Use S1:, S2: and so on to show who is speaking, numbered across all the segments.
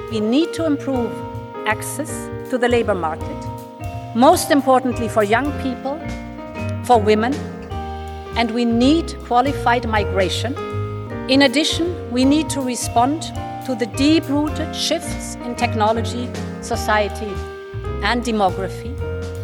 S1: we need to improve access to the labor market, most importantly for young people, for women, and we need qualified migration. In addition, we need to respond to the deep-rooted shifts in technology, society and demography.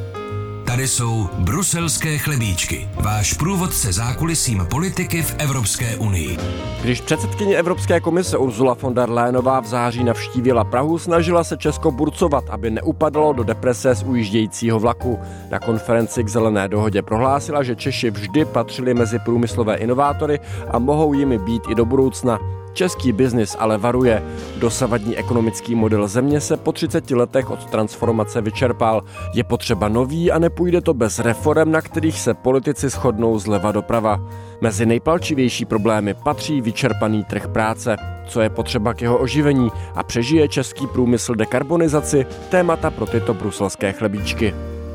S2: Tady jsou bruselské chlebíčky, váš průvodce zákulisím politiky v Evropské unii.
S3: Když předsedkyně Evropské komise Ursula von der Leyenová v září navštívila Prahu, snažila se Česko burcovat, aby neupadlo do deprese z ujíždějícího vlaku. Na konferenci k Zelené dohodě prohlásila, že Češi vždy patřili mezi průmyslové inovátory a mohou jimi být i do budoucna. Český biznis ale varuje. Dosavadní ekonomický model země se po 30 letech od transformace vyčerpal. Je potřeba nový a nepůjde to bez reforem, na kterých se politici shodnou zleva doprava. Mezi nejpalčivější problémy patří vyčerpaný trh práce. Co je potřeba k jeho oživení a přežije český průmysl dekarbonizaci? Témata pro tyto bruselské chlebíčky.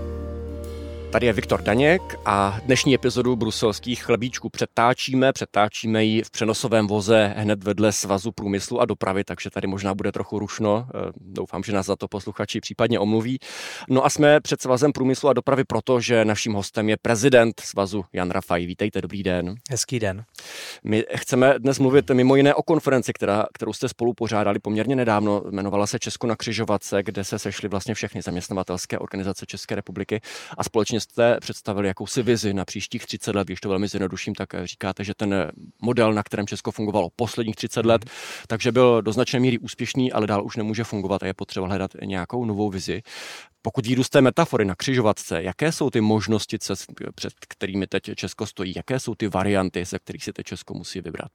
S3: Tady je Viktor Daněk a dnešní epizodu bruselských chlebíčků přetáčíme ji v přenosovém voze hned vedle Svazu průmyslu a dopravy, takže tady možná bude trochu rušno. Doufám, že nás za to posluchači případně omluví. No a jsme před Svazem průmyslu a dopravy proto, že naším hostem je prezident Svazu Jan Rafaj. Vítejte, dobrý den.
S4: Hezký den.
S3: My chceme dnes mluvit mimo jiné o konferenci, kterou jste spolu pořádali poměrně nedávno. Jmenovala se Česko na křižovatce, kde se sešly vlastně všechny zaměstnavatelské organizace České republiky a společně jste představili jakousi vizi na příštích 30 let. Když to velmi zjednoduším, tak říkáte, že ten model, na kterém Česko fungovalo posledních 30 let, takže byl do značné míry úspěšný, ale dál už nemůže fungovat a je potřeba hledat nějakou novou vizi. Pokud jdu z té metafory na křižovatce, jaké jsou ty možnosti, před kterými teď Česko stojí? Jaké jsou ty varianty, ze kterých si teď Česko musí vybrat?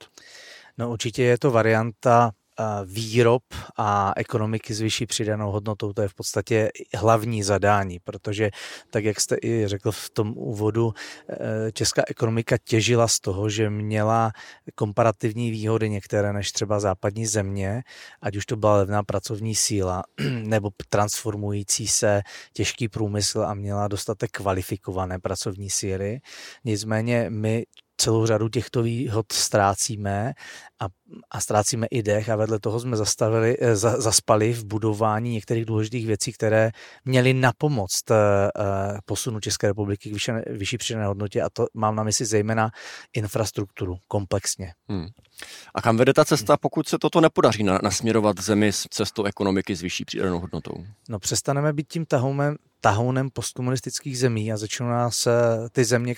S4: No určitě je to varianta výrob a ekonomiky s vyšší přidanou hodnotou, to je v podstatě hlavní zadání, protože tak, jak jste i řekl v tom úvodu, česká ekonomika těžila z toho, že měla komparativní výhody některé než třeba západní země, ať už to byla levná pracovní síla nebo transformující se těžký průmysl a měla dostatek kvalifikované pracovní síly. Nicméně my celou řadu těchto výhod ztrácíme a ztrácíme i dech a vedle toho jsme zaspali v budování některých důležitých věcí, které měly napomoct posunu České republiky k vyšší přidané hodnotě, a to mám na mysli zejména infrastrukturu komplexně.
S3: A kam vede ta cesta, pokud se toto nepodaří nasměrovat zemi s cestou ekonomiky s vyšší přidanou hodnotou?
S4: No přestaneme být tím tahounem postkomunistických zemí a začnou nás ty země,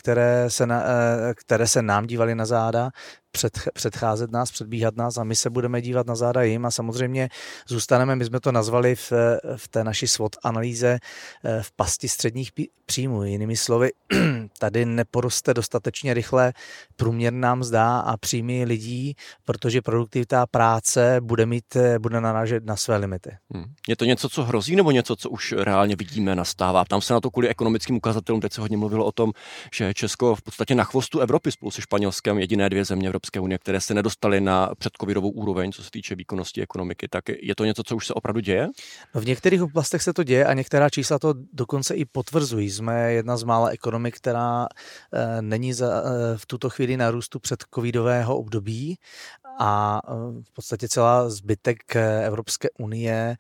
S4: které se nám dívaly na záda, předcházet nás, předbíhat nás a my se budeme dívat na záda jim a samozřejmě zůstaneme, my jsme to nazvali v té naší SWOT analýze v pasti středních příjmů. Jinými slovy, tady neporoste dostatečně rychle průměrná mzda a příjmy lidí, protože produktivita práce bude narážet na své limity.
S3: Je to něco, co hrozí, nebo něco, co už reálně vidíme, nastává? Ptám se na to kvůli ekonomickým ukazatelům, teď se hodně mluvilo o tom, že Česko v podstatě na chvostu Evropy spolu se Španělskem, jediné dvě země Evropské unie, které se nedostaly na předcovidovou úroveň, co se týče výkonnosti ekonomiky, tak je to něco, co už se opravdu děje?
S4: No v některých oblastech se to děje a některá čísla to dokonce i potvrzují. Jsme jedna z mála ekonomik, která není v tuto chvíli na růstu předcovidového období a v podstatě celá zbytek Evropské unie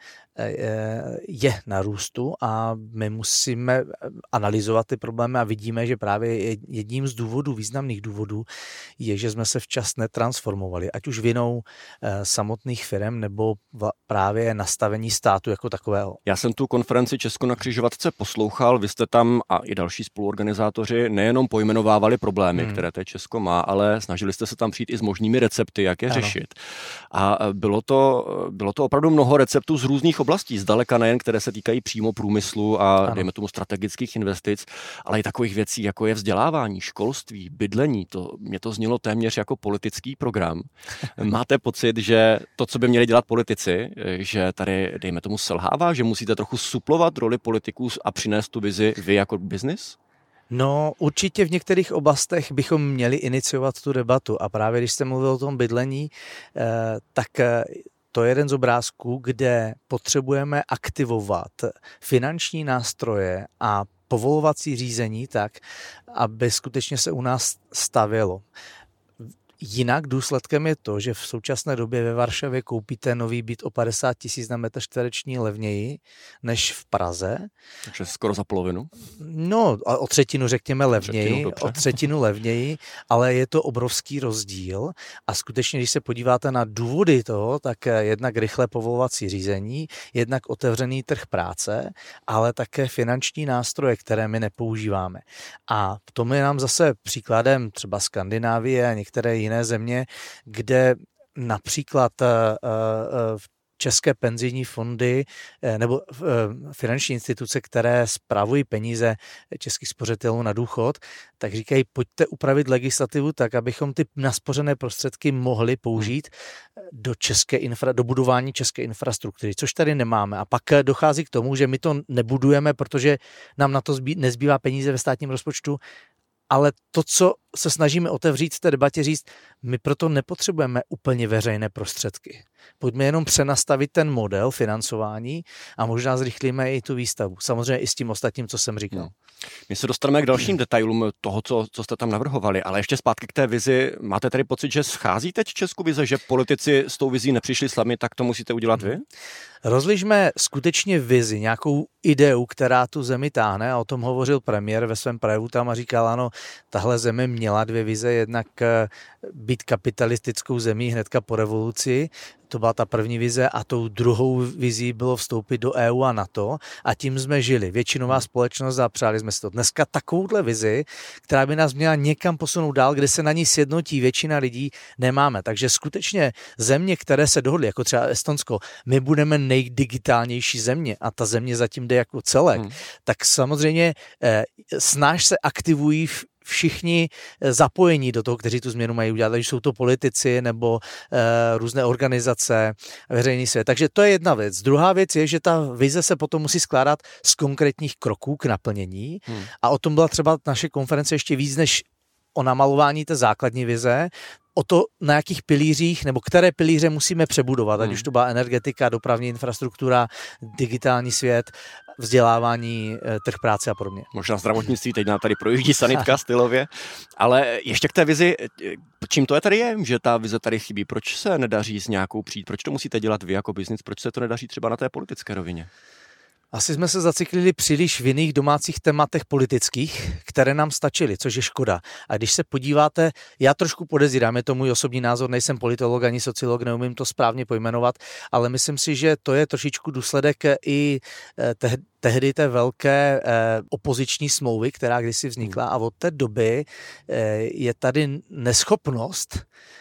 S4: je na růstu a my musíme analyzovat ty problémy a vidíme, že právě jedním z významných důvodů je, že jsme se včas netransformovali, ať už vinou samotných firem nebo právě nastavení státu jako takového.
S3: Já jsem tu konferenci Česko na křižovatce poslouchal, vy jste tam a i další spoluorganizátoři nejenom pojmenovávali problémy, které to Česko má, ale snažili jste se tam přijít i s možnými recepty, jak je řešit. A bylo to opravdu mnoho receptů z různých oblastí, zdaleka nejen, které se týkají přímo průmyslu a dejme tomu strategických investic, ale i takových věcí, jako je vzdělávání, školství, bydlení. Mě to znělo téměř jako politický program. Máte pocit, že to, co by měli dělat politici, že tady, dejme tomu, selhává, že musíte trochu suplovat roli politiků a přinést tu vizi vy jako biznis?
S4: No určitě v některých oblastech bychom měli iniciovat tu debatu a právě když jste mluvil o tom bydlení, tak to je jeden z obrázků, kde potřebujeme aktivovat finanční nástroje a povolovací řízení tak, aby skutečně se u nás stavělo. Jinak důsledkem je to, že v současné době ve Varšavě koupíte nový byt o 50 000 na metr čtvereční levněji než v Praze.
S3: Takže skoro za polovinu?
S4: No, o třetinu řekněme levněji, ale je to obrovský rozdíl a skutečně, když se podíváte na důvody toho, tak jednak rychlé povolovací řízení, jednak otevřený trh práce, ale také finanční nástroje, které my nepoužíváme. A to je nám zase příkladem třeba Skandinávie a některé jiné země, kde například české penzijní fondy nebo finanční instituce, které spravují peníze českých spořitelů na důchod, tak říkají, pojďte upravit legislativu tak, abychom ty naspořené prostředky mohli použít do budování české infrastruktury, což tady nemáme. A pak dochází k tomu, že my to nebudujeme, protože nám na to nezbývá peníze ve státním rozpočtu, ale to, co se snažíme otevřít v té debatě, říct, my proto nepotřebujeme úplně veřejné prostředky. Pojďme jenom přenastavit ten model financování a možná zrychlíme i tu výstavu. Samozřejmě i s tím ostatním, co jsem říkal.
S3: My se dostaneme k dalším detailům toho, co jste tam navrhovali, ale ještě zpátky k té vizi. Máte tady pocit, že schází teď Česku vize, že politici s tou vizí nepřišli sami, tak to musíte udělat vy?
S4: Rozlišme skutečně vizi, nějakou ideu, která tu zemi táhne, a o tom hovořil premiér ve svém projevu tam a říkal, ano, tahle země měla dvě vize, jednak být kapitalistickou zemí hnedka po revoluci, to byla ta první vize, a tou druhou vizí bylo vstoupit do EU a NATO a tím jsme žili. Většinová společnost a přáli jsme si to. Dneska takovouhle vizi, která by nás měla někam posunout dál, kde se na ní sjednotí většina lidí, nemáme. Takže skutečně země, které se dohodly, jako třeba Estonsko, my budeme nejdigitálnější země a ta země zatím jde jako celek, tak samozřejmě snáš se aktivují všichni zapojení do toho, kteří tu změnu mají udělat, ať jsou to politici nebo různé organizace, veřejný svět. Takže to je jedna věc. Druhá věc je, že ta vize se potom musí skládat z konkrétních kroků k naplnění a o tom byla třeba naše konference ještě víc než o namalování té základní vize, o to, na jakých pilířích nebo které pilíře musíme přebudovat, ať už to byla energetika, dopravní infrastruktura, digitální svět, vzdělávání, trh práce a podobně.
S3: Možná zdravotnictví, teď nám tady projíždí sanitka stylově, ale ještě k té vizi, čím to je tady je, že ta vize tady chybí? Proč se nedaří s nějakou přijít? Proč to musíte dělat vy jako biznis? Proč se to nedaří třeba na té politické rovině?
S4: Asi jsme se zaciklili příliš v jiných domácích tématech politických, které nám stačily, což je škoda. A když se podíváte, já trošku podezírám, je to můj osobní názor, nejsem politolog ani sociolog, neumím to správně pojmenovat, ale myslím si, že to je trošičku důsledek i tehdy té velké opoziční smlouvy, která kdysi vznikla, a od té doby je tady neschopnost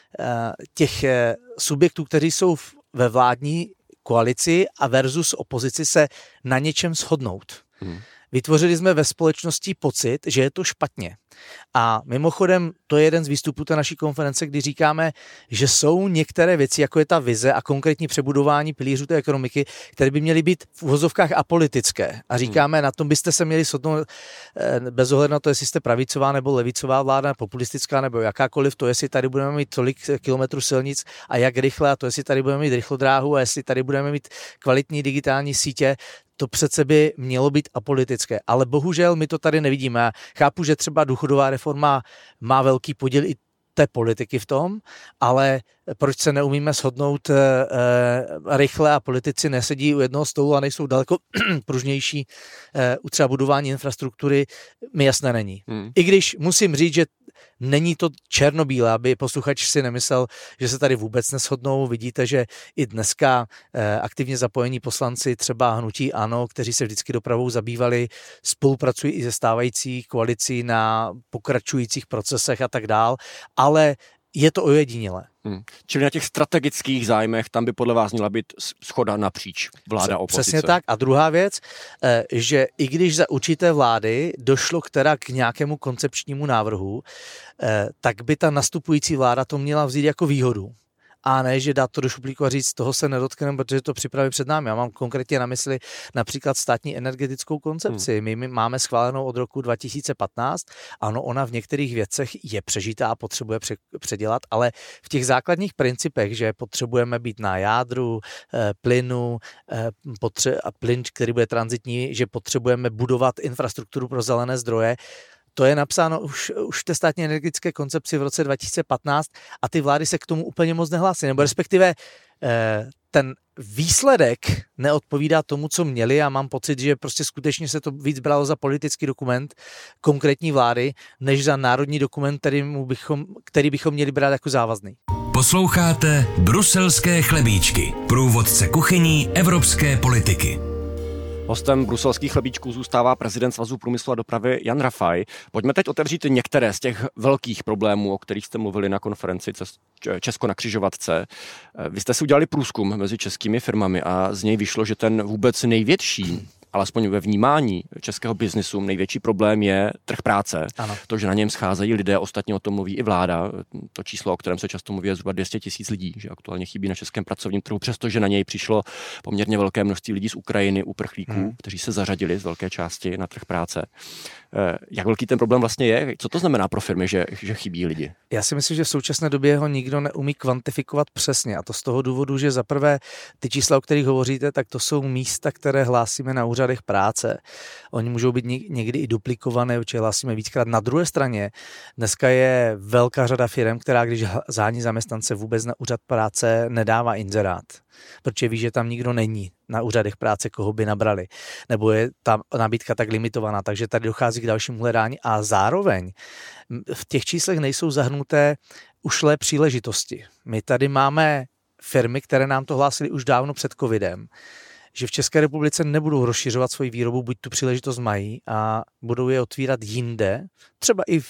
S4: těch subjektů, kteří jsou ve vládní koalici a versus opozici se na něčem shodnout. Vytvořili jsme ve společnosti pocit, že je to špatně. A mimochodem, to je jeden z výstupů té naší konference, kdy říkáme, že jsou některé věci, jako je ta vize a konkrétní přebudování pilířů té ekonomiky, které by měly být v uvozovkách apolitické. A říkáme, na tom byste se měli shodnout bez ohledu na to, jestli jste pravicová nebo levicová vláda, populistická nebo jakákoliv, to jestli tady budeme mít tolik kilometrů silnic a jak rychle, a to jestli tady budeme mít rychlodráhu a jestli tady budeme mít kvalitní digitální sítě. To přece by mělo být apolitické, ale bohužel my to tady nevidíme. Já chápu, že třeba důchodová reforma má velký podíl i té politiky v tom, ale proč se neumíme shodnout rychle a politici nesedí u jednoho stolu a nejsou daleko pružnější u třeba budování infrastruktury, mi jasné není. I když musím říct, že není to černobílé, aby posluchač si nemyslel, že se tady vůbec neshodnou. Vidíte, že i dneska aktivně zapojení poslanci třeba hnutí ANO, kteří se vždycky dopravou zabývali, spolupracují i se stávající koalicí na pokračujících procesech a tak dál, ale je to ojedinělé.
S3: Čili na těch strategických zájmech tam by podle vás měla být shoda napříč vláda opozice.
S4: Přesně tak. A druhá věc, že i když za určité vlády došlo k nějakému koncepčnímu návrhu, tak by ta nastupující vláda to měla vzít jako výhodu. A ne, že dát to do šuplíku a říct, toho se nedotkneme, protože to připraví před námi. Já mám konkrétně na mysli například státní energetickou koncepci. My máme schválenou od roku 2015. Ano, ona v některých věcech je přežitá a potřebuje předělat, ale v těch základních principech, že potřebujeme být na jádru, plynu, a plyn, který bude tranzitní, že potřebujeme budovat infrastrukturu pro zelené zdroje, To je napsáno už v té státní energetické koncepci v roce 2015 a ty vlády se k tomu úplně moc nehlásí, nebo respektive ten výsledek neodpovídá tomu, co měli a mám pocit, že prostě skutečně se to víc bralo za politický dokument konkrétní vlády, než za národní dokument, který bychom měli brát jako závazný.
S2: Posloucháte Bruselské chlebíčky, průvodce kuchyní evropské politiky.
S3: Hostem bruselských chlebíčků zůstává prezident Svazu průmyslu a dopravy Jan Rafaj. Pojďme teď otevřít některé z těch velkých problémů, o kterých jste mluvili na konferenci Česko na křižovatce. Vy jste si udělali průzkum mezi českými firmami a z něj vyšlo, že ten vůbec největší, alespoň ve vnímání českého biznisu, největší problém je trh práce. Ano. To, že na něm scházejí lidé, ostatně o tom mluví i vláda. To číslo, o kterém se často mluví, je zhruba 200 000 lidí, že aktuálně chybí na českém pracovním trhu, přestože na něj přišlo poměrně velké množství lidí z Ukrajiny, uprchlíků, kteří se zařadili z velké části na trh práce. Jak velký ten problém vlastně je? Co to znamená pro firmy, že chybí lidi?
S4: Já si myslím, že v současné době ho nikdo neumí kvantifikovat přesně, a to z toho důvodu, že za prvé ty čísla, o kterých hovoříte, tak to jsou místa, které hlásíme na úřadech práce. Oni můžou být někdy i duplikované, určitě hlásíme víckrát. Na druhé straně dneska je velká řada firm, která když zhání zaměstnance, vůbec na úřad práce nedává inzerát, protože ví, že tam nikdo není na úřadech práce, koho by nabrali, nebo je ta nabídka tak limitovaná, takže tady dochází k dalšímu hledání a zároveň v těch číslech nejsou zahrnuté ušlé příležitosti. My tady máme firmy, které nám to hlásily už dávno před covidem, že v České republice nebudou rozšiřovat svoji výrobu, buď tu příležitost mají a budou je otvírat jinde, třeba i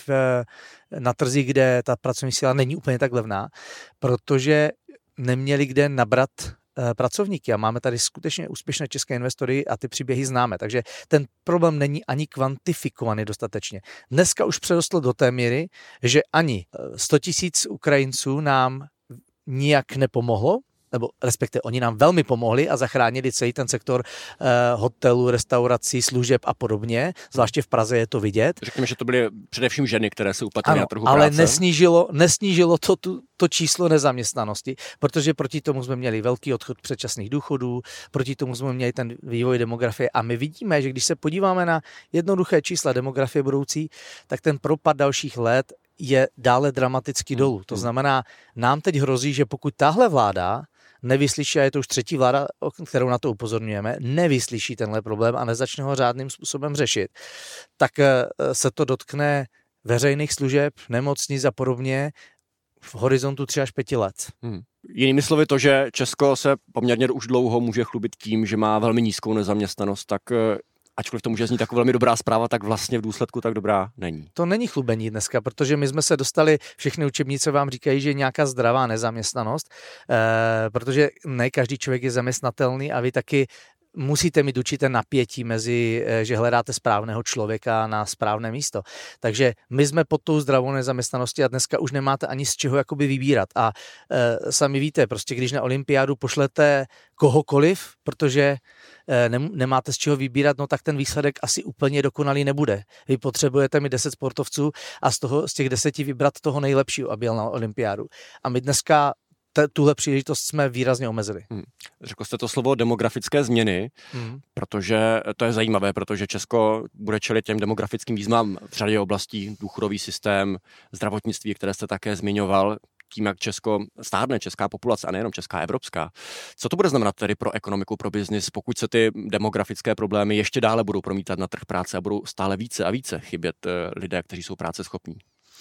S4: na trzích, kde ta pracovní síla není úplně tak levná, protože neměli kde nabrat pracovníky a máme tady skutečně úspěšné české investory a ty příběhy známe, takže ten problém není ani kvantifikovaný dostatečně. Dneska už přerostl do té míry, že ani 100 000 Ukrajinců nám nijak nepomohlo, nebo respektive oni nám velmi pomohli a zachránili celý ten sektor hotelů, restaurací, služeb a podobně. Zvláště v Praze je to vidět.
S3: Řekněme, že to byly především ženy, které se uplatnily na trhu
S4: ale
S3: práce.
S4: nesnížilo to číslo nezaměstnanosti, protože proti tomu jsme měli velký odchod předčasných důchodů, proti tomu jsme měli ten vývoj demografie a my vidíme, že když se podíváme na jednoduché čísla demografie budoucí, tak ten propad dalších let je dále dramaticky dolů. To znamená, nám teď hrozí, že pokud tahle vláda nevyslyší, a je to už třetí vláda, kterou na to upozorňujeme, nevyslyší tenhle problém a nezačne ho řádným způsobem řešit, tak se to dotkne veřejných služeb, nemocnic a podobně v horizontu 3 až 5 let.
S3: Jinými slovy to, že Česko se poměrně už dlouho může chlubit tím, že má velmi nízkou nezaměstnanost, tak ačkoliv to může znít jako velmi dobrá zpráva, tak vlastně v důsledku tak dobrá není.
S4: To není chlubení dneska, protože my jsme se dostali, všechny učebnice vám říkají, že je nějaká zdravá nezaměstnanost, protože ne každý člověk je zaměstnatelný a vy taky musíte mít určité napětí mezi, že hledáte správného člověka na správné místo. Takže my jsme pod tou zdravou nezaměstnaností a dneska už nemáte ani z čeho jakoby vybírat. A sami víte, prostě když na olympiádu pošlete kohokoliv, protože nemáte z čeho vybírat, no tak ten výsledek asi úplně dokonalý nebude. Vy potřebujete mít 10 sportovců a z těch 10 vybrat toho nejlepšího, aby jel na olympiádu. A my dneska tuhle příležitost jsme výrazně omezili.
S3: Řekl jste to slovo demografické změny, protože to je zajímavé, protože Česko bude čelit těm demografickým výzvám v řadě oblastí, důchodový systém, zdravotnictví, které jste také zmiňoval, tím, jak Česko stárne, česká populace a nejenom česká, evropská. Co to bude znamenat tedy pro ekonomiku, pro biznis, pokud se ty demografické problémy ještě dále budou promítat na trh práce a budou stále více a více chybět lidé, kteří jsou práceschopní?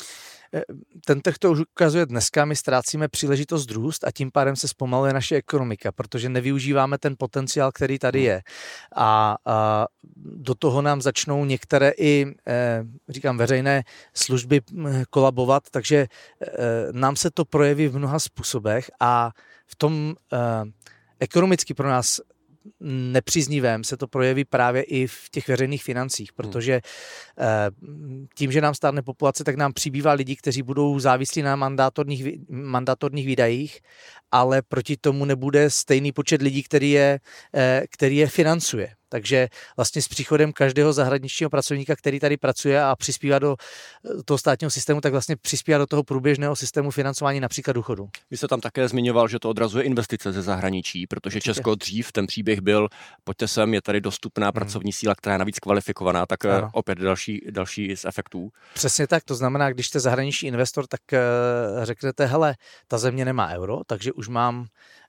S4: Ten trh to už ukazuje dneska, my ztrácíme příležitost růst a tím pádem se zpomaluje naše ekonomika, protože nevyužíváme ten potenciál, který tady je. A do toho nám začnou některé i, říkám, veřejné služby kolabovat, takže nám se to projeví v mnoha způsobech a v tom ekonomicky pro nás nepříznivém se to projeví právě i v těch veřejných financích, protože tím, že nám stárne populace, tak nám přibývá lidí, kteří budou závislí na mandatorních výdajích, ale proti tomu nebude stejný počet lidí, který je financuje. Takže vlastně s příchodem každého zahraničního pracovníka, který tady pracuje a přispívá do toho státního systému, tak vlastně přispívá do toho průběžného systému financování například důchodu.
S3: Vy jste tam také zmiňoval, že to odrazuje investice ze zahraničí, protože Česko dřív, ten příběh byl, pojďte sem, je tady dostupná pracovní síla, která je navíc kvalifikovaná, tak opět další z efektů.
S4: Přesně tak, to znamená, když jste zahraniční investor, tak řeknete, hele, ta země nemá euro, takže už mám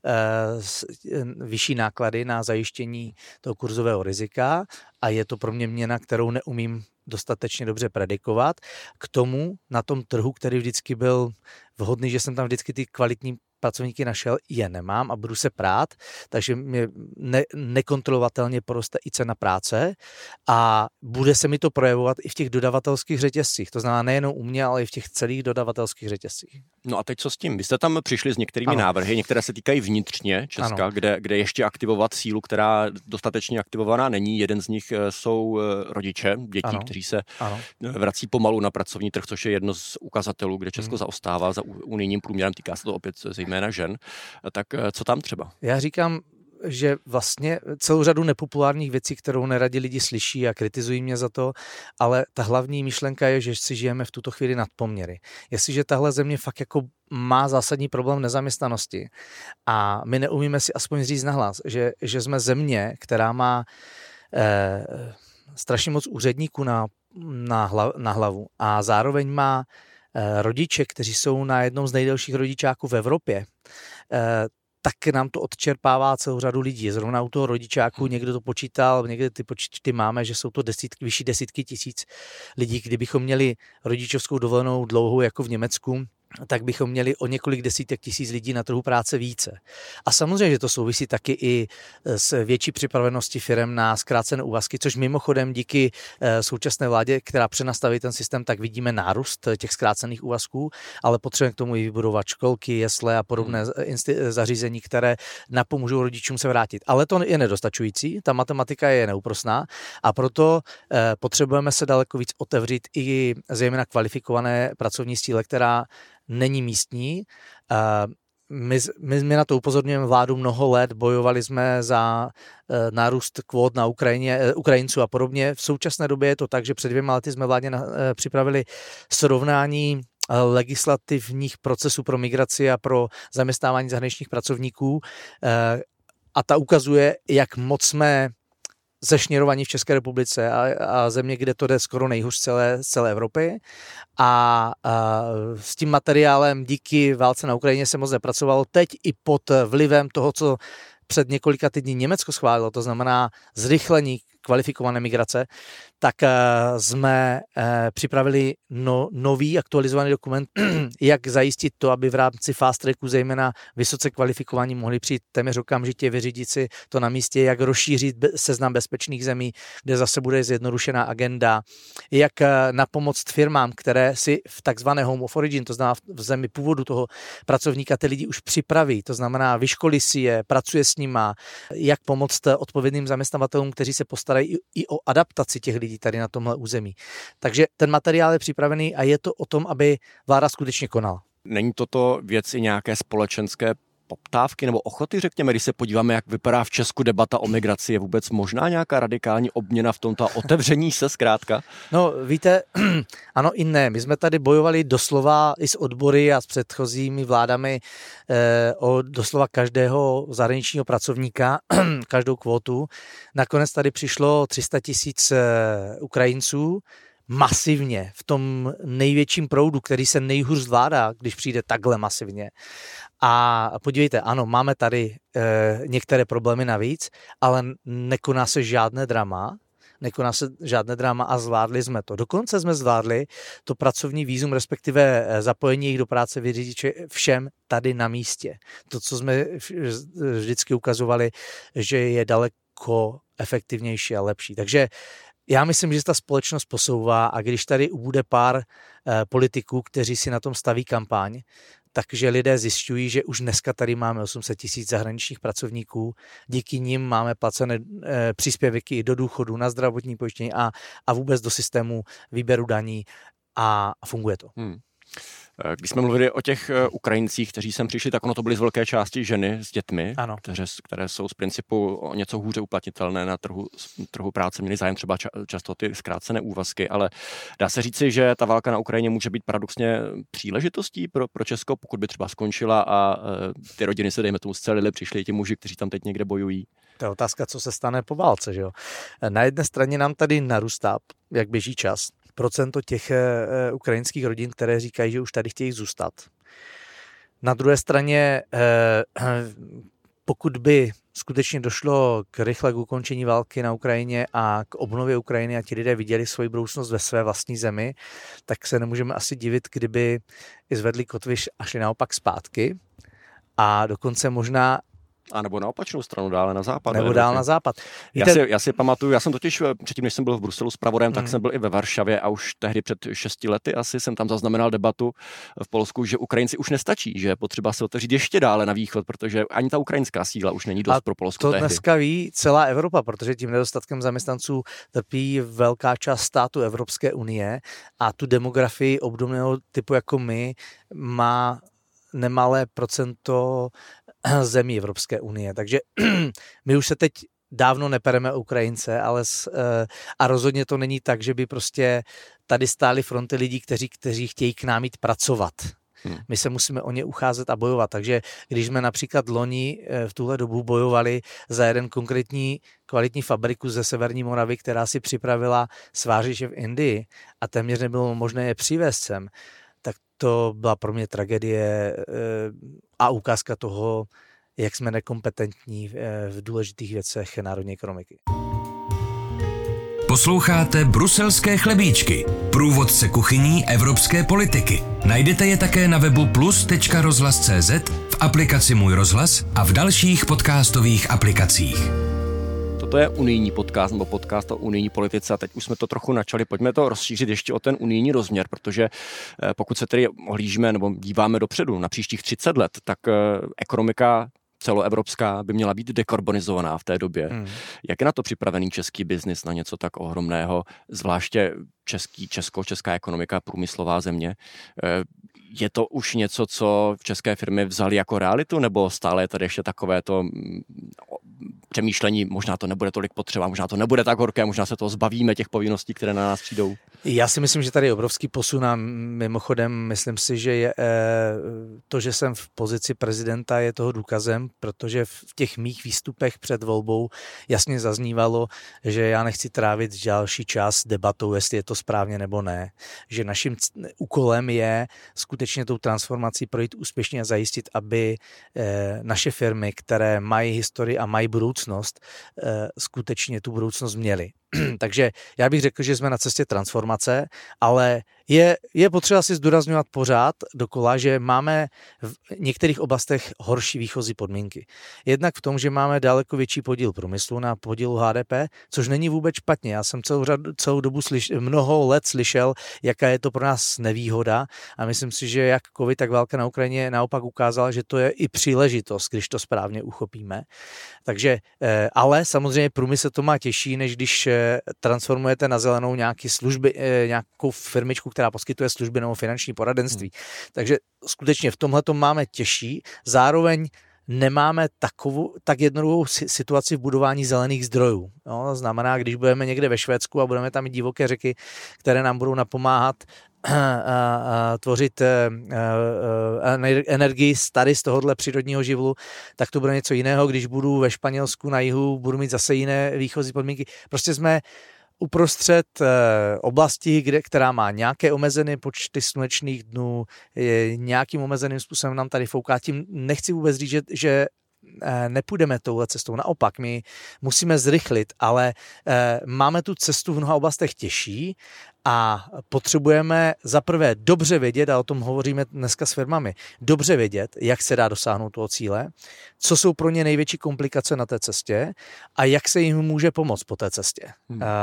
S4: vyšší náklady na zajištění toho kurzového rizika a je to pro mě měna, kterou neumím dostatečně dobře predikovat. K tomu na tom trhu, který vždycky byl vhodný, že jsem tam vždycky ty kvalitní pracovníky našel, je nemám a budu se prát, takže mě nekontrolovatelně poroste i cena práce a bude se mi to projevovat i v těch dodavatelských řetězcích. To znamená nejenom u mě, ale i v těch celých dodavatelských řetězcích.
S3: No a teď co s tím? Vy jste tam přišli s některými návrhy, některé se týkají vnitřně Česka, kde ještě aktivovat sílu, která dostatečně aktivovaná není. Jeden z nich jsou rodiče dětí, kteří se vrací pomalu na pracovní trh, což je jedno z ukazatelů, kde Česko zaostává za unijním průměrem, týká se to opět zejména žen. Tak co tam třeba?
S4: Já říkám, že vlastně celou řadu nepopulárních věcí, kterou neradi lidi slyší a kritizují mě za to, ale ta hlavní myšlenka je, že si žijeme v tuto chvíli nad poměry. Jestliže tahle země fakt jako má zásadní problém nezaměstnanosti a my neumíme si aspoň říct nahlas, že jsme země, která má strašně moc úředníků na hlavu a zároveň má rodiče, kteří jsou na jednom z nejdelších rodičáků v Evropě, tak nám to odčerpává celou řadu lidí. Zrovna u toho rodičáku někdo to počítal, někde ty počty máme, že jsou to vyšší desítky tisíc lidí. Kdybychom měli rodičovskou dovolenou dlouhou jako v Německu, tak bychom měli o několik desítek tisíc lidí na trhu práce více. A samozřejmě, že to souvisí taky i s větší připraveností firem na zkrácené úvazky, což mimochodem díky současné vládě, která přenastaví ten systém, tak vidíme nárůst těch zkrácených úvazků, ale potřebujeme k tomu i vybudovat školky, jesle a podobné zařízení, které napomůžou rodičům se vrátit. Ale to je nedostačující, ta matematika je neúprosná a proto potřebujeme se daleko víc otevřít i zejména kvalifikované pracovní síle, která není místní. My na to upozorňujeme vládu mnoho let, bojovali jsme za nárůst kvót na Ukrajinců a podobně. V současné době je to tak, že před 2 lety jsme vládě připravili srovnání legislativních procesů pro migraci a pro zaměstnávání zahraničních pracovníků a ta ukazuje, jak moc jsme zešněrovaní v České republice a země, kde to jde skoro nejhůř z celé Evropy. A s tím materiálem díky válce na Ukrajině se moc nepracovalo. Teď i pod vlivem toho, co před několika týdny Německo schválilo, to znamená zrychlení kvalifikované migrace, tak jsme připravili nový aktualizovaný dokument, jak zajistit to, aby v rámci fast tracku zejména vysoce kvalifikovaní mohli přijít téměř okamžitě, vyřídit si to na místě, jak rozšířit seznam bezpečných zemí, kde zase bude zjednodušená agenda, jak napomoct firmám, které si v takzvané home of origin, to znamená v zemi původu toho pracovníka, ty lidi už připraví, to znamená vyškolí si je, pracuje s nima, jak pomoct odpovědným zaměstnavatelům, kteří se postarají i o adaptaci těch lidí tady na tomhle území. Takže ten materiál je připravený a je to o tom, aby vláda skutečně konala.
S3: Není toto věc i nějaké společenské poptávky nebo ochoty, řekněme, když se podíváme, jak vypadá v Česku debata o migraci, je vůbec možná nějaká radikální obměna v tomto otevření se zkrátka?
S4: No víte, ano i ne. My jsme tady bojovali doslova i s odbory a s předchozími vládami o doslova každého zahraničního pracovníka, každou kvótu. Nakonec tady přišlo 300 000 Ukrajinců, masivně, v tom největším proudu, který se nejhůř zvládá, když přijde takhle masivně. A podívejte, ano, máme tady některé problémy navíc, ale nekoná se žádné drama a zvládli jsme to. Dokonce jsme zvládli to pracovní vízum, respektive zapojení jich do práce vyřídit všem tady na místě. To, co jsme vždycky ukazovali, že je daleko efektivnější a lepší. Takže já myslím, že se ta společnost posouvá a když tady bude pár politiků, kteří si na tom staví kampaň, takže lidé zjišťují, že už dneska tady máme 800 000 zahraničních pracovníků, díky nim máme placené příspěvky i do důchodu, na zdravotní pojištění a vůbec do systému výběru daní a funguje to.
S3: Když jsme mluvili o těch Ukrajincích, kteří sem přišli, tak ono to byly z velké části ženy s dětmi, které jsou z principu o něco hůře uplatnitelné na trhu práce, měly zájem třeba často ty zkrácené úvazky, ale dá se říci, že ta válka na Ukrajině může být paradoxně příležitostí pro Česko, pokud by třeba skončila a ty rodiny se, dejme tomu, scelily, přišli ti muži, kteří tam teď někde bojují.
S4: To je otázka, co se stane po válce, že jo? Na jedné straně nám tady narůstá, jak běží čas, procento těch ukrajinských rodin, které říkají, že už tady chtějí zůstat. Na druhé straně, pokud by skutečně došlo k ukončení války na Ukrajině a k obnově Ukrajiny a ti lidé viděli svoji budoucnost ve své vlastní zemi, tak se nemůžeme asi divit, kdyby i zvedli kotvy a šli naopak zpátky. A dokonce možná
S3: a nebo na opačnou stranu, dále na západ.
S4: Nebo dál na západ.
S3: Já si pamatuju, já jsem totiž předtím, než jsem byl v Bruselu s zpravodajem, tak jsem byl i ve Varšavě a už tehdy před 6 lety asi jsem tam zaznamenal debatu v Polsku, že Ukrajinci už nestačí, že je potřeba se otevřít ještě dále na východ, protože ani ta ukrajinská síla už není dost pro Polsko
S4: to
S3: tehdy.
S4: Dneska ví celá Evropa, protože tím nedostatkem zaměstnanců trpí velká část států Evropské unie a tu demografii obdobného typu jako my má nemalé procento zemí Evropské unie. Takže my už se teď dávno nepereme Ukrajince, a rozhodně to není tak, že by prostě tady stály fronty lidí, kteří chtějí k nám jít pracovat. My se musíme o ně ucházet a bojovat. Takže když jsme například loni v tuhle dobu bojovali za jeden konkrétní kvalitní fabriku ze Severní Moravy, která si připravila svářiče v Indii a téměř nebylo možné je přivést sem, tak to byla pro mě tragédie a ukázka toho, jak jsme nekompetentní v důležitých věcech národní ekonomiky.
S2: Posloucháte Bruselské chlebíčky, průvodce kuchyní evropské politiky. Najdete je také na webu plus.rozhlas.cz, v aplikaci Můj rozhlas a v dalších podcastových aplikacích.
S3: Toto je unijní podcast nebo podcast o unijní politice a teď už jsme to trochu načali. Pojďme to rozšířit ještě o ten unijní rozměr, protože pokud se tedy ohlížíme nebo díváme dopředu na příštích 30 let, tak ekonomika celoevropská by měla být dekarbonizovaná v té době. Jak je na to připravený český biznis na něco tak ohromného, zvláště česká ekonomika, průmyslová země? Je to už něco, co české firmy vzaly jako realitu, nebo stále je tady ještě takové to přemýšlení, možná to nebude tolik potřeba, možná to nebude tak horké, možná se toho zbavíme, těch povinností, které na nás přijdou?
S4: Já si myslím, že tady je obrovský posun a mimochodem myslím si, že je to, že jsem v pozici prezidenta, je toho důkazem, protože v těch mých výstupech před volbou jasně zaznívalo, že já nechci trávit další čas debatou, jestli je to správně nebo ne. Že naším úkolem je skutečně tou transformací projít úspěšně a zajistit, aby naše firmy, které mají historii a mají budoucnost, skutečně tu budoucnost měly. Takže já bych řekl, že jsme na cestě transformace, ale je potřeba si zdůrazňovat pořád dokola, že máme v některých oblastech horší výchozí podmínky. Jednak v tom, že máme daleko větší podíl průmyslu na podílu HDP, což není vůbec špatně. Já jsem celou dobu mnoho let slyšel, jaká je to pro nás nevýhoda a myslím si, že jak covid, tak válka na Ukrajině naopak ukázala, že to je i příležitost, když to správně uchopíme. Takže, ale samozřejmě průmysl to má těžší, než když transformujete na zelenou nějaké služby, nějakou firmičku, která poskytuje služby nebo finanční poradenství. Takže skutečně v tomhle to máme těžší. Zároveň nemáme tak jednoduchou situaci v budování zelených zdrojů. No, znamená, když budeme někde ve Švédsku a budeme tam mít divoké řeky, které nám budou napomáhat tvořit energii tady z tohohle přírodního živlu, tak to bude něco jiného. Když budu ve Španělsku na jihu, budu mít zase jiné výchozí podmínky. Prostě jsme uprostřed oblasti, která má nějaké omezené počty slunečných dnů, nějakým omezeným způsobem nám tady fouká. Tím nechci vůbec říct, že nepůjdeme touhle cestou. Naopak, my musíme zrychlit, ale máme tu cestu v mnoha oblastech těžší a potřebujeme zaprvé dobře vědět, a o tom hovoříme dneska s firmami, dobře vědět, jak se dá dosáhnout toho cíle, co jsou pro ně největší komplikace na té cestě a jak se jim může pomoct po té cestě.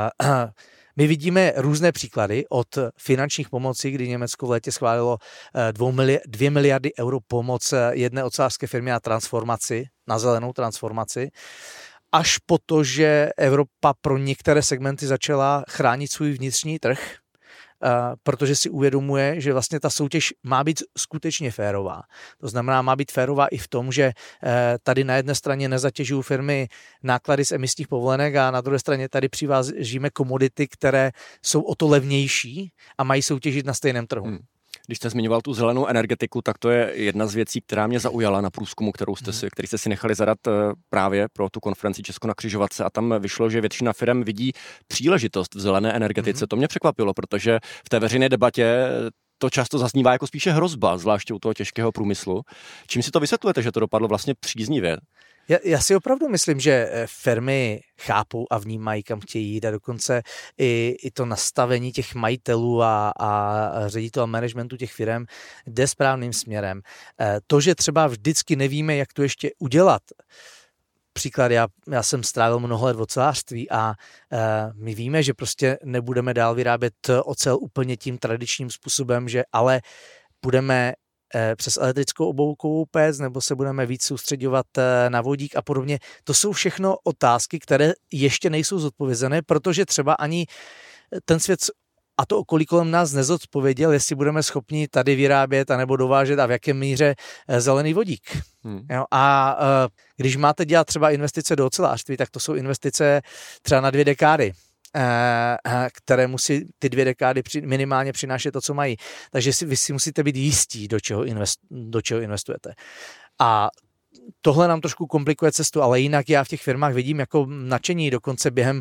S4: My vidíme různé příklady od finančních pomocí, kdy Německo v létě schválilo 2 miliardy euro pomoc jedné ocelářské firmě na transformaci, na zelenou transformaci, až po to, že Evropa pro některé segmenty začala chránit svůj vnitřní trh protože si uvědomuje, že vlastně ta soutěž má být skutečně férová. To znamená, má být férová i v tom, že tady na jedné straně nezatěžují firmy náklady z emisních povolenek a na druhé straně tady přivážíme komodity, které jsou o to levnější a mají soutěžit na stejném trhu.
S3: Když jste zmiňoval tu zelenou energetiku, tak to je jedna z věcí, která mě zaujala na průzkumu, který jste si nechali zadat právě pro tu konferenci Česko na křižovatce, a tam vyšlo, že většina firm vidí příležitost v zelené energetice. To mě překvapilo, protože v té veřejné debatě to často zaznívá jako spíše hrozba, zvláště u toho těžkého průmyslu. Čím si to vysvětlujete, že to dopadlo vlastně příznivě?
S4: Já si opravdu myslím, že firmy chápou a vnímají, kam chtějí jít, a dokonce i to nastavení těch majitelů a ředitelů a managementu těch firm jde správným směrem. To, že třeba vždycky nevíme, jak to ještě udělat. Příklad, já jsem strávil mnoho let v ocelářství a my víme, že prostě nebudeme dál vyrábět ocel úplně tím tradičním způsobem, že ale budeme přes elektrickou obloukovou pec, nebo se budeme víc soustředovat na vodík a podobně. To jsou všechno otázky, které ještě nejsou zodpovězené, protože třeba ani ten svět a to okolí kolem nás nezodpověděl, jestli budeme schopni tady vyrábět anebo dovážet a v jaké míře zelený vodík. Jo, a když máte dělat třeba investice do ocelářství, tak to jsou investice třeba na 2 dekády. Které musí ty 2 dekády minimálně přinášet to, co mají. Takže vy si musíte být jistí, do čeho investujete. A tohle nám trošku komplikuje cestu, ale jinak já v těch firmách vidím jako nadšení, dokonce během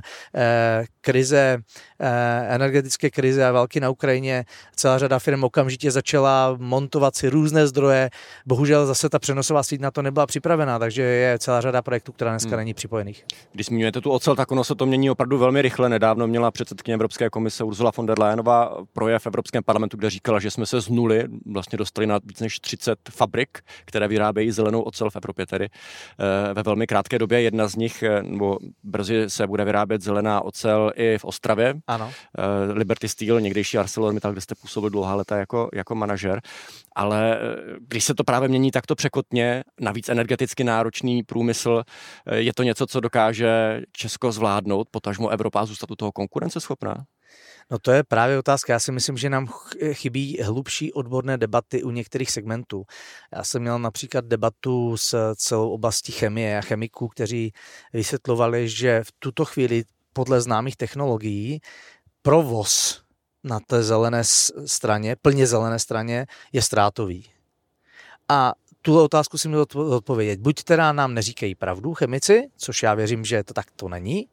S4: energetické krize a války na Ukrajině celá řada firm okamžitě začala montovat si různé zdroje. Bohužel zase ta přenosová síť na to nebyla připravená, takže je celá řada projektů, která dneska není připojených.
S3: Když zmiňujete tu ocel, tak ono se to mění opravdu velmi rychle. Nedávno měla předsedkyně Evropské komise Ursula von der Leyenová projev v Evropském parlamentu, kde říkala, že jsme se z nuly vlastně dostali na víc než 30 fabrik, které vyrábějí zelenou ocel v Evropě tedy ve velmi krátké době. Jedna z nich, nebo brzy se bude vyrábět zelená ocel i v Ostravě.
S4: Ano.
S3: Liberty Steel, někdejší ArcelorMittal, kde jste působil dlouhá léta jako manažer. Ale když se to právě mění takto překotně, navíc energeticky náročný průmysl, je to něco, co dokáže Česko zvládnout, potažmo Evropa, zůstat u toho konkurenceschopná?
S4: No to je právě otázka. Já si myslím, že nám chybí hlubší odborné debaty u některých segmentů. Já jsem měl například debatu s celou oblastí chemie a chemiků, kteří vysvětlovali, že v tuto chvíli podle známých technologií provoz na té zelené straně, plně zelené straně, je ztrátový. A tuhle otázku si měl odpovědět. Buď teda nám neříkají pravdu chemici, což já věřím, že to tak to není,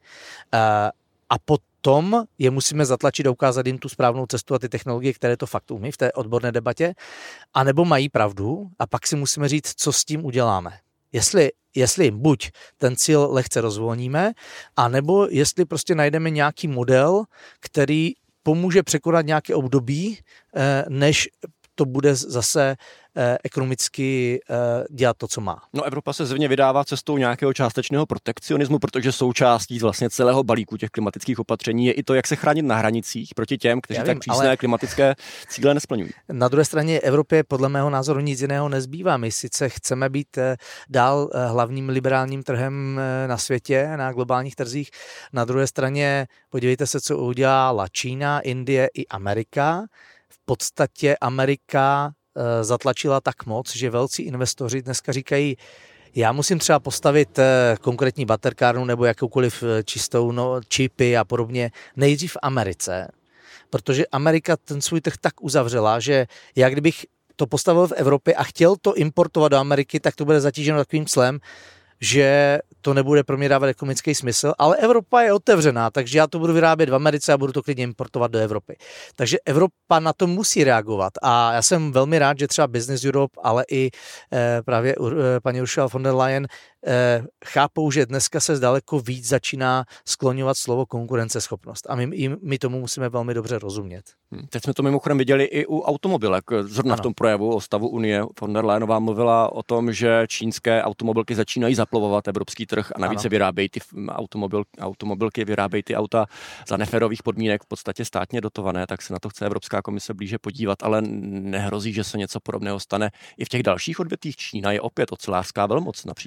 S4: a potom je musíme zatlačit a ukázat jim tu správnou cestu a ty technologie, které to fakt umí v té odborné debatě, anebo mají pravdu a pak si musíme říct, co s tím uděláme. Jestli buď ten cíl lehce rozvolníme, anebo jestli prostě najdeme nějaký model, který pomůže překonat nějaké období, než to bude zase ekonomicky dělat to, co má.
S3: No, Evropa se zřejmě vydává cestou nějakého částečného protekcionismu, protože součástí vlastně celého balíku těch klimatických opatření je i to, jak se chránit na hranicích proti těm, kteří tak přísné klimatické cíle nesplňují.
S4: Na druhé straně Evropě podle mého názoru nic jiného nezbývá. My sice chceme být dál hlavním liberálním trhem na světě, na globálních trzích. Na druhé straně podívejte se, co udělala Čína, Indie i Amerika. V podstatě Amerika zatlačila tak moc, že velcí investoři dneska říkají, já musím třeba postavit konkrétní baterkárnu nebo jakoukoliv čistou čipy a podobně nejdřív v Americe, protože Amerika ten svůj trh tak uzavřela, že já kdybych to postavil v Evropě a chtěl to importovat do Ameriky, tak to bude zatíženo takovým clem, že to nebude pro mě dávat ekonomický smysl, ale Evropa je otevřená, takže já to budu vyrábět v Americe a budu to klidně importovat do Evropy. Takže Evropa na to musí reagovat a já jsem velmi rád, že třeba Business Europe, ale i právě paní Ursula von der Leyen chápou, že dneska se daleko víc začíná skloňovat slovo konkurenceschopnost a my tomu musíme velmi dobře rozumět.
S3: Teď jsme to mimochodem viděli i u automobilek. Zrovna v tom projevu o stavu Unie von der Leyenová mluvila o tom, že čínské automobilky začínají zaplavovat evropský trh a navíc se vyrábějí ty automobilky, vyrábějí ty auta za neférových podmínek, v podstatě státně dotované, tak se na to chce Evropská komise blíže podívat, ale nehrozí, že se něco podobného stane i v těch dalších odvětvích. Čína je opět ocelářská velmoc například.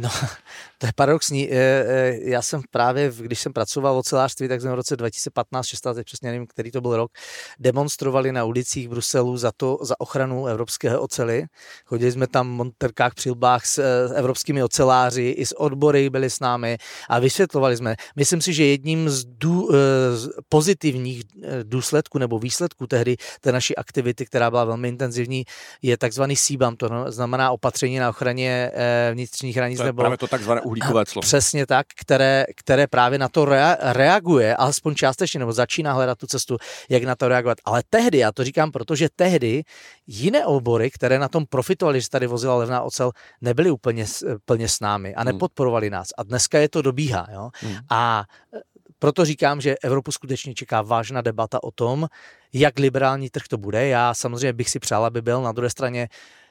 S4: No, to je paradoxní. Já jsem právě, když jsem pracoval v ocelářství, tak jsme v roce 2015-16, přesně nevím, který to byl rok, demonstrovali na ulicích Bruselu za ochranu evropského oceli. Chodili jsme tam v monterkách, přilbách s evropskými oceláři, i s odbory byli s námi a vysvětlovali jsme. Myslím si, že jedním z pozitivních důsledků nebo výsledků tehdy té naší aktivity, která byla velmi intenzivní, je takzvaný CBAM, to znamená opatření na ochraně vnitřních hranic.
S3: To je právě to takzvané uhlíkové clo.
S4: Přesně tak, které právě na to reaguje, alespoň částečně, nebo začíná hledat tu cestu, jak na to reagovat. Ale tehdy, já to říkám, protože tehdy jiné obory, které na tom profitovali, že tady vozila levná ocel, nebyly úplně plně s námi a nepodporovali nás. A dneska je to dobíhá. Jo? A proto říkám, že Evropu skutečně čeká vážná debata o tom, jak liberální trh to bude. Já samozřejmě bych si přál, aby byl. Na druhé straně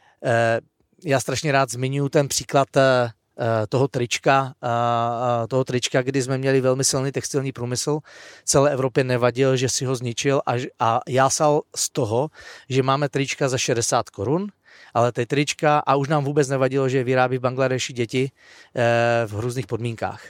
S4: já strašně rád zmiňuji ten příklad toho trička, kdy jsme měli velmi silný textilní průmysl. Celé Evropě nevadil, že si ho zničil a jásal z toho, že máme trička za 60 korun, ale ty trička, a už nám vůbec nevadilo, že vyrábí v Bangladeši děti v hrůzných podmínkách.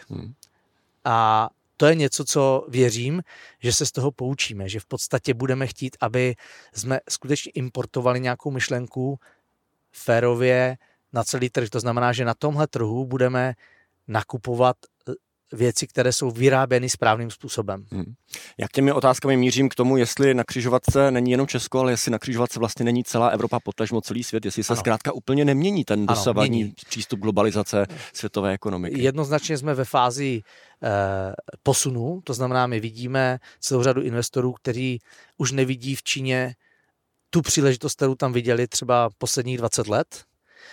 S4: A to je něco, co věřím, že se z toho poučíme, že v podstatě budeme chtít, aby jsme skutečně importovali nějakou myšlenku férově na celý trh. To znamená, že na tomhle trhu budeme nakupovat věci, které jsou vyráběny správným způsobem.
S3: Jak těmi otázkami mířím k tomu, jestli na křižovatce není jenom Česko, ale jestli na křižovatce vlastně není celá Evropa, potažmo celý svět, jestli se zkrátka úplně nemění ten dosavadní přístup globalizace světové ekonomiky.
S4: Jednoznačně jsme ve fázi posunu, to znamená, my vidíme celou řadu investorů, kteří už nevidí v Číně tu příležitost, kterou tam viděli třeba posledních 20 let,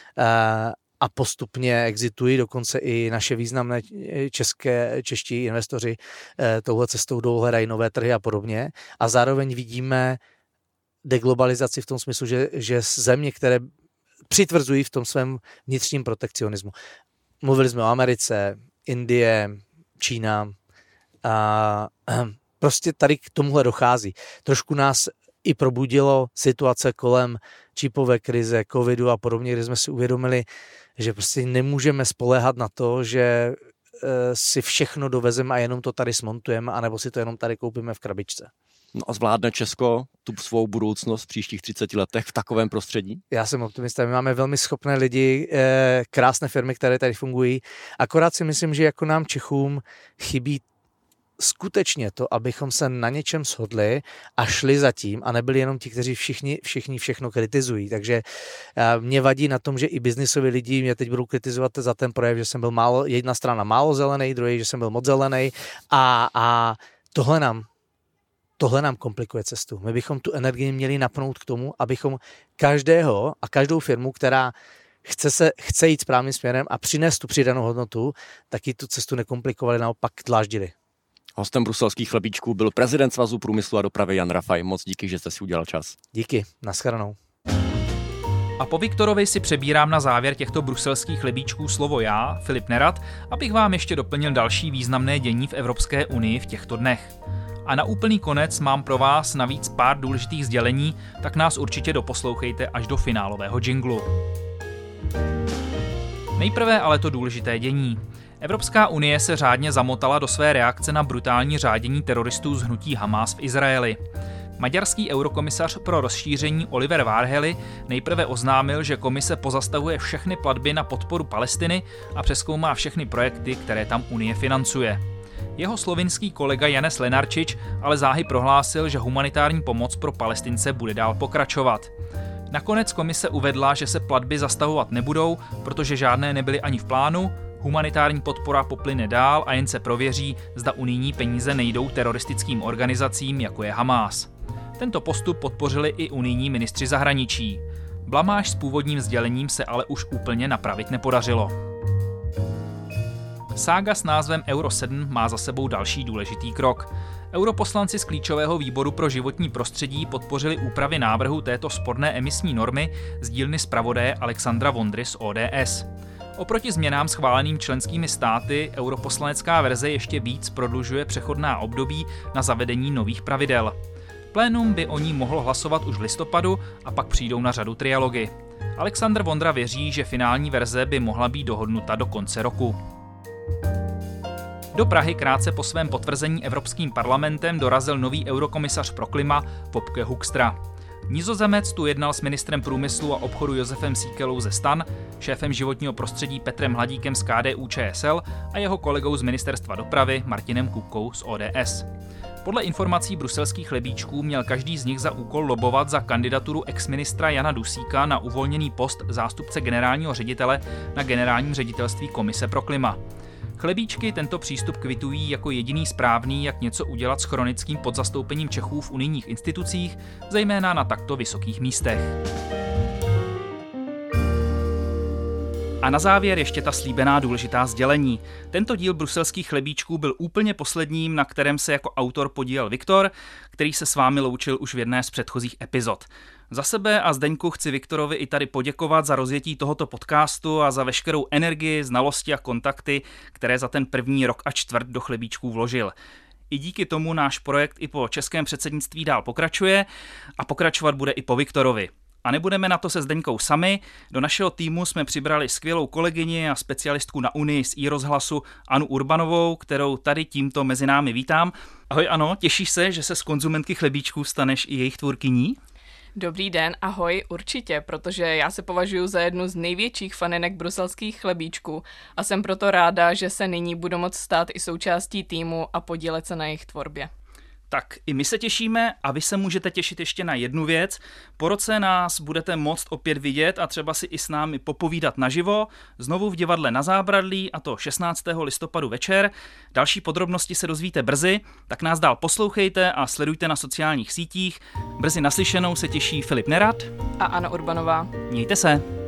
S4: a postupně exitují, dokonce i naše významné čeští investoři touhle cestou jdou, hledají nové trhy a podobně. A zároveň vidíme deglobalizaci v tom smyslu, že země, které přitvrzují v tom svém vnitřním protekcionismu. Mluvili jsme o Americe, Indie, Čína. A prostě tady k tomuhle dochází. Trošku nás i probudilo situace kolem čipové krize, covidu a podobně, kde jsme si uvědomili, že prostě nemůžeme spoléhat na to, že si všechno dovezeme a jenom to tady smontujeme, anebo si to jenom tady koupíme v krabičce.
S3: No a zvládne Česko tu svou budoucnost v příštích 30 letech v takovém prostředí?
S4: Já jsem optimista. My máme velmi schopné lidi, krásné firmy, které tady fungují. Akorát si myslím, že jako nám Čechům chybí skutečně to, abychom se na něčem shodli a šli za tím a nebyli jenom ti, kteří všichni všechno kritizují. Takže mě vadí na tom, že i biznisoví lidi mě teď budou kritizovat za ten projev, že jsem byl jedna strana málo zelený, druhý, že jsem byl moc zelený a tohle nám komplikuje cestu. My bychom tu energii měli napnout k tomu, abychom každého a každou firmu, která chce jít správným směrem a přinést tu přidanou hodnotu, taky tu cestu nekomplikovali, naopak dláždili.
S3: Hostem bruselských chlebíčků byl prezident Svazu průmyslu a dopravy Jan Rafaj. Moc díky, že jste si udělal čas.
S4: Díky, nashledanou.
S5: A po Viktorovi si přebírám na závěr těchto bruselských chlebíčků slovo já, Filip Nerad, abych vám ještě doplnil další významné dění v Evropské unii v těchto dnech. A na úplný konec mám pro vás navíc pár důležitých sdělení, tak nás určitě doposlouchejte až do finálového džinglu. Nejprve ale to důležité dění. Evropská unie se řádně zamotala do své reakce na brutální řádění teroristů z hnutí Hamás v Izraeli. Maďarský eurokomisař pro rozšíření Oliver Várhelyi nejprve oznámil, že komise pozastavuje všechny platby na podporu Palestiny a přezkoumá všechny projekty, které tam Unie financuje. Jeho slovinský kolega Janez Lenarčič ale záhy prohlásil, že humanitární pomoc pro Palestince bude dál pokračovat. Nakonec komise uvedla, že se platby zastavovat nebudou, protože žádné nebyly ani v plánu, humanitární podpora poplyne dál a jen se prověří, zda unijní peníze nejdou teroristickým organizacím, jako je Hamás. Tento postup podpořili i unijní ministři zahraničí. Blamáž s původním sdělením se ale už úplně napravit nepodařilo. Sága s názvem Euro 7 má za sebou další důležitý krok. Europoslanci z klíčového výboru pro životní prostředí podpořili úpravy návrhu této sporné emisní normy z dílny zpravodaje Alexandra Vondry z ODS. Oproti změnám schváleným členskými státy europoslanecká verze ještě víc prodlužuje přechodná období na zavedení nových pravidel. Plénum by o ní mohlo hlasovat už v listopadu a pak přijdou na řadu trialogy. Alexandr Vondra věří, že finální verze by mohla být dohodnuta do konce roku. Do Prahy krátce po svém potvrzení Evropským parlamentem dorazil nový eurokomisař pro klima Wopke Hoekstra. Nizozemec tu jednal s ministrem průmyslu a obchodu Josefem Síkelou ze STAN, šéfem životního prostředí Petrem Hladíkem z KDU-ČSL a jeho kolegou z ministerstva dopravy Martinem Kupkou z ODS. Podle informací bruselských chlebíčků měl každý z nich za úkol lobovat za kandidaturu exministra Jana Dusíka na uvolněný post zástupce generálního ředitele na generálním ředitelství Komise pro klima. Chlebíčky tento přístup kvitují jako jediný správný, jak něco udělat s chronickým podzastoupením Čechů v unijních institucích, zejména na takto vysokých místech. A na závěr ještě ta slíbená důležitá sdělení. Tento díl bruselských chlebíčků byl úplně posledním, na kterém se jako autor podílel Viktor, který se s vámi loučil už v jedné z předchozích epizod. Za sebe a Zdeňku chci Viktorovi i tady poděkovat za rozjetí tohoto podcastu a za veškerou energii, znalosti a kontakty, které za ten první rok a čtvrt do chlebíčků vložil. I díky tomu náš projekt i po českém předsednictví dál pokračuje a pokračovat bude i po Viktorovi. A nebudeme na to se Zdeňkou sami, do našeho týmu jsme přibrali skvělou kolegyni a specialistku na Unii z iRozhlasu Anu Urbanovou, kterou tady tímto mezi námi vítám. Ahoj Ano, těšíš se, že se z konzumentky chlebíčků staneš i jejich tvůrkyní?
S6: Dobrý den, ahoj, určitě, protože já se považuji za jednu z největších faninek bruselských chlebíčků a jsem proto ráda, že se nyní budu moct stát i součástí týmu a podílet se na jejich tvorbě.
S5: Tak i my se těšíme a vy se můžete těšit ještě na jednu věc. Po roce nás budete moct opět vidět a třeba si i s námi popovídat naživo, znovu v divadle Na Zábradlí, a to 16. listopadu večer. Další podrobnosti se dozvíte brzy, tak nás dál poslouchejte a sledujte na sociálních sítích. Brzy naslyšenou se těší Filip Nerad
S6: a Anna Urbanová.
S5: Mějte se.